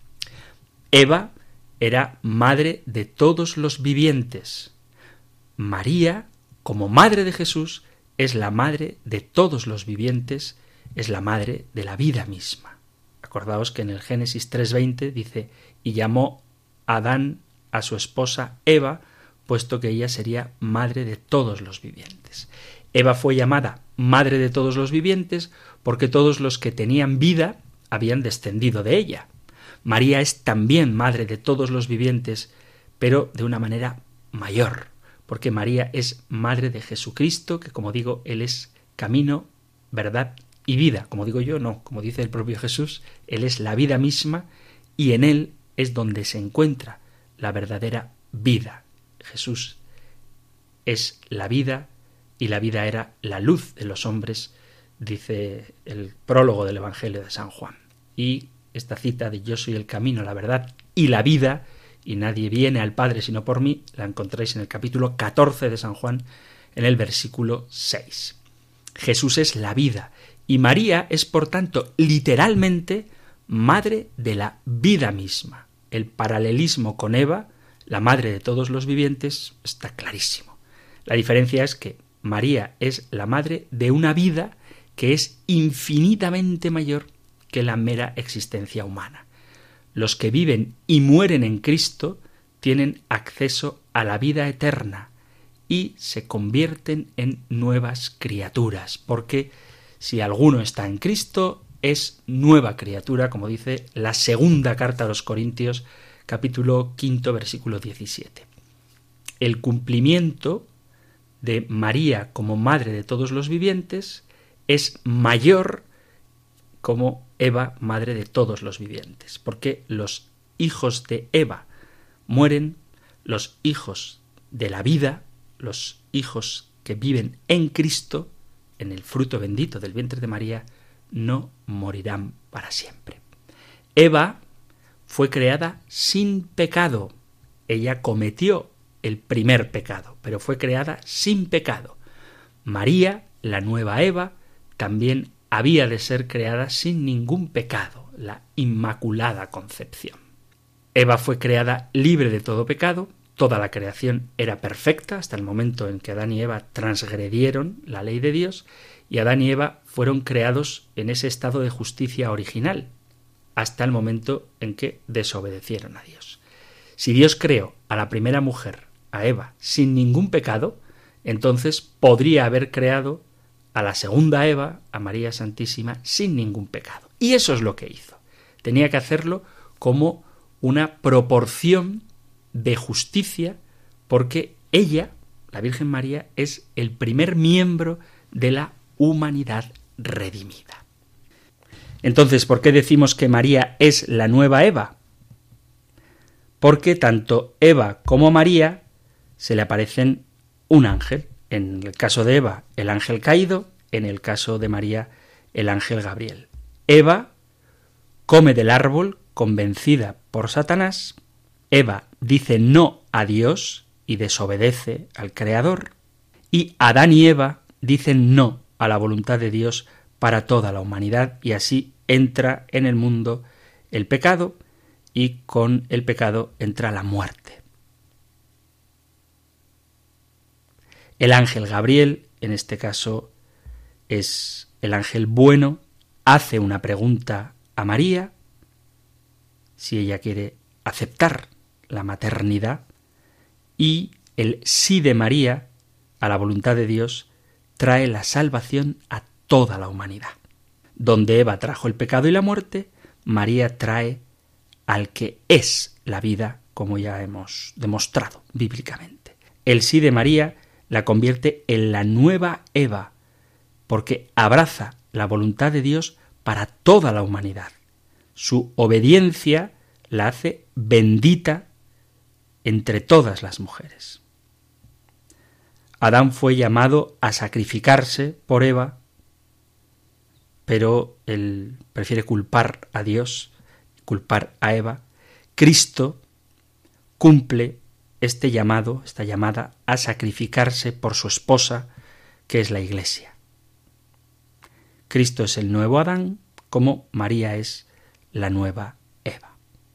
Eva era madre de todos los vivientes. María, como madre de Jesús, es la madre de todos los vivientes, es la madre de la vida misma. Acordaos que en el Génesis tres veinte dice: «Y llamó Adán a su esposa Eva, puesto que ella sería madre de todos los vivientes». Eva fue llamada madre de todos los vivientes porque todos los que tenían vida habían descendido de ella. María es también madre de todos los vivientes, pero de una manera mayor, porque María es madre de Jesucristo, que, como digo, Él es camino, verdad y vida. Como digo yo, no, como dice el propio Jesús, Él es la vida misma y en Él es donde se encuentra la verdadera vida. Jesús es la vida y la vida era la luz de los hombres, dice el prólogo del Evangelio de San Juan. Y esta cita de «Yo soy el camino, la verdad y la vida, y nadie viene al Padre sino por mí», la encontráis en el capítulo catorce de San Juan, en el versículo seis. Jesús es la vida, y María es, por tanto, literalmente madre de la vida misma. El paralelismo con Eva, la madre de todos los vivientes, está clarísimo. La diferencia es que María es la madre de una vida que es infinitamente mayor que la mera existencia humana. Los que viven y mueren en Cristo tienen acceso a la vida eterna y se convierten en nuevas criaturas, porque si alguno está en Cristo es nueva criatura, como dice la segunda carta a los Corintios, capítulo quinto, versículo diecisiete. El cumplimiento de María como madre de todos los vivientes es mayor como Eva, madre de todos los vivientes, porque los hijos de Eva mueren, los hijos de la vida, los hijos que viven en Cristo, en el fruto bendito del vientre de María, no morirán para siempre. Eva fue creada sin pecado. Ella cometió el primer pecado, pero fue creada sin pecado. María, la nueva Eva, también había de ser creada sin ningún pecado, la Inmaculada Concepción. Eva fue creada libre de todo pecado, toda la creación era perfecta hasta el momento en que Adán y Eva transgredieron la ley de Dios, y Adán y Eva fueron creados en ese estado de justicia original, hasta el momento en que desobedecieron a Dios. Si Dios creó a la primera mujer, a Eva, sin ningún pecado, entonces podría haber creado a la segunda Eva, a María Santísima, sin ningún pecado. Y eso es lo que hizo. Tenía que hacerlo como una proporción de justicia, porque ella, la Virgen María, es el primer miembro de la humanidad redimida. Entonces, ¿por qué decimos que María es la nueva Eva? Porque tanto Eva como María se le aparecen un ángel. En el caso de Eva, el ángel caído; en el caso de María, el ángel Gabriel. Eva come del árbol convencida por Satanás. Eva dice no a Dios y desobedece al Creador. Y Adán y Eva dicen no a la voluntad de Dios para toda la humanidad, y así entra en el mundo el pecado, y con el pecado entra la muerte. El ángel Gabriel, en este caso, es el ángel bueno, hace una pregunta a María, si ella quiere aceptar la maternidad, y el sí de María a la voluntad de Dios trae la salvación a toda la humanidad. Donde Eva trajo el pecado y la muerte, María trae al que es la vida, como ya hemos demostrado bíblicamente. El sí de María la convierte en la nueva Eva, porque abraza la voluntad de Dios para toda la humanidad. Su obediencia la hace bendita entre todas las mujeres. Adán fue llamado a sacrificarse por Eva, pero él prefiere culpar a Dios, culpar a Eva. Cristo cumple este llamado, esta llamada a sacrificarse por su esposa, que es la Iglesia. Cristo es el nuevo Adán, como María es la nueva Eva.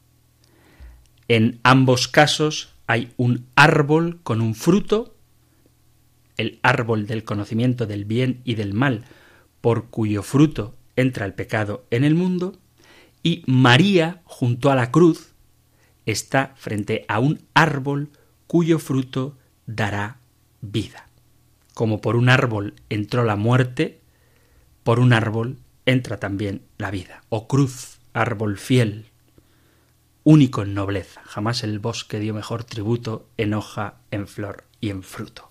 En ambos casos hay un árbol con un fruto, el árbol del conocimiento del bien y del mal, por cuyo fruto entra el pecado en el mundo, y María, junto a la cruz, está frente a un árbol cuyo fruto dará vida. Como por un árbol entró la muerte, por un árbol entra también la vida. Oh cruz, árbol fiel, único en nobleza, jamás el bosque dio mejor tributo en hoja, en flor y en fruto.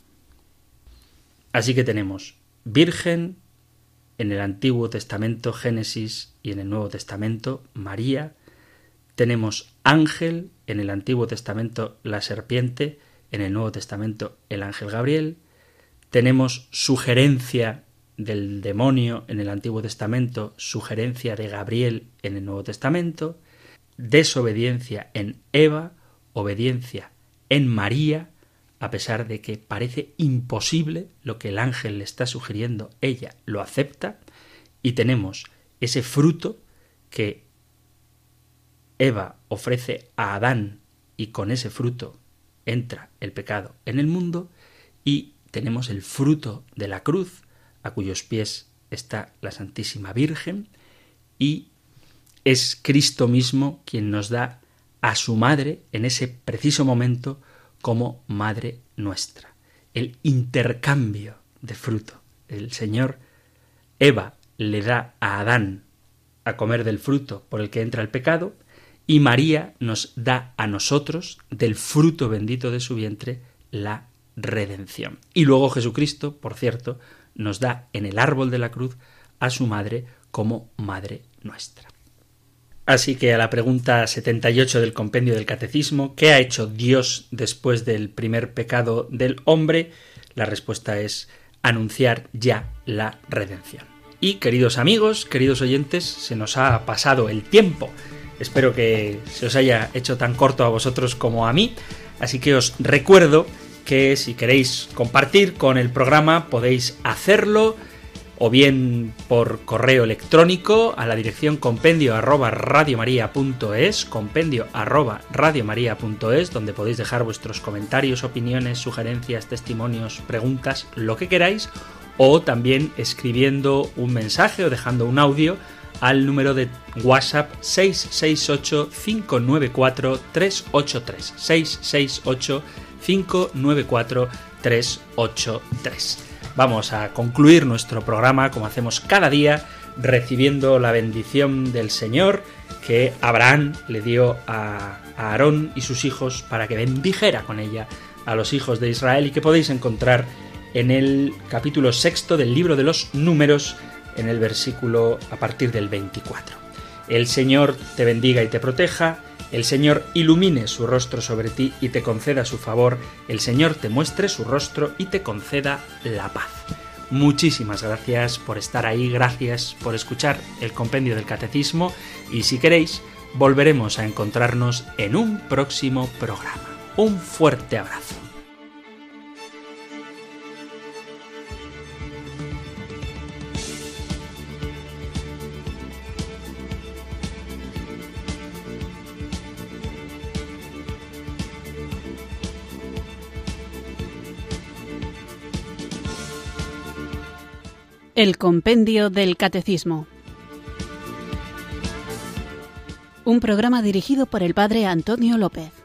Así que tenemos Virgen en el Antiguo Testamento, Génesis, y en el Nuevo Testamento, María. Tenemos ángel en el Antiguo Testamento, la serpiente; en el Nuevo Testamento, el ángel Gabriel. Tenemos sugerencia del demonio en el Antiguo Testamento, sugerencia de Gabriel en el Nuevo Testamento. Desobediencia en Eva, obediencia en María, a pesar de que parece imposible lo que el ángel le está sugiriendo, ella lo acepta, y tenemos ese fruto que Eva ofrece a Adán, y con ese fruto entra el pecado en el mundo, y tenemos el fruto de la cruz, a cuyos pies está la Santísima Virgen, y es Cristo mismo quien nos da a su madre en ese preciso momento como madre nuestra. El intercambio de fruto. El Señor, Eva le da a Adán a comer del fruto por el que entra el pecado, y María nos da a nosotros, del fruto bendito de su vientre, la redención. Y luego Jesucristo, por cierto, nos da en el árbol de la cruz a su madre como madre nuestra. Así que a la pregunta setenta y ocho del compendio del Catecismo, ¿qué ha hecho Dios después del primer pecado del hombre? La respuesta es anunciar ya la redención. Y queridos amigos, queridos oyentes, se nos ha pasado el tiempo. Espero que se os haya hecho tan corto a vosotros como a mí, así que os recuerdo que si queréis compartir con el programa podéis hacerlo o bien por correo electrónico a la dirección compendio arroba radiomaria punto es, compendio arroba radiomaria punto es, donde podéis dejar vuestros comentarios, opiniones, sugerencias, testimonios, preguntas, lo que queráis, o también escribiendo un mensaje o dejando un audio al número de WhatsApp seis seis ocho, cinco nueve cuatro, tres ocho tres, seis seis ocho, cinco nueve cuatro, tres ocho tres. Vamos a concluir nuestro programa, como hacemos cada día, recibiendo la bendición del Señor que Abraham le dio a Aarón y sus hijos para que bendijera con ella a los hijos de Israel, y que podéis encontrar en el capítulo sexto del libro de los Números, en el versículo a partir del veinticuatro. El Señor te bendiga y te proteja, el Señor ilumine su rostro sobre ti y te conceda su favor, el Señor te muestre su rostro y te conceda la paz. Muchísimas gracias por estar ahí, gracias por escuchar el compendio del Catecismo, y si queréis, volveremos a encontrarnos en un próximo programa. Un fuerte abrazo. El Compendio del Catecismo. Un programa dirigido por el Padre Antonio López.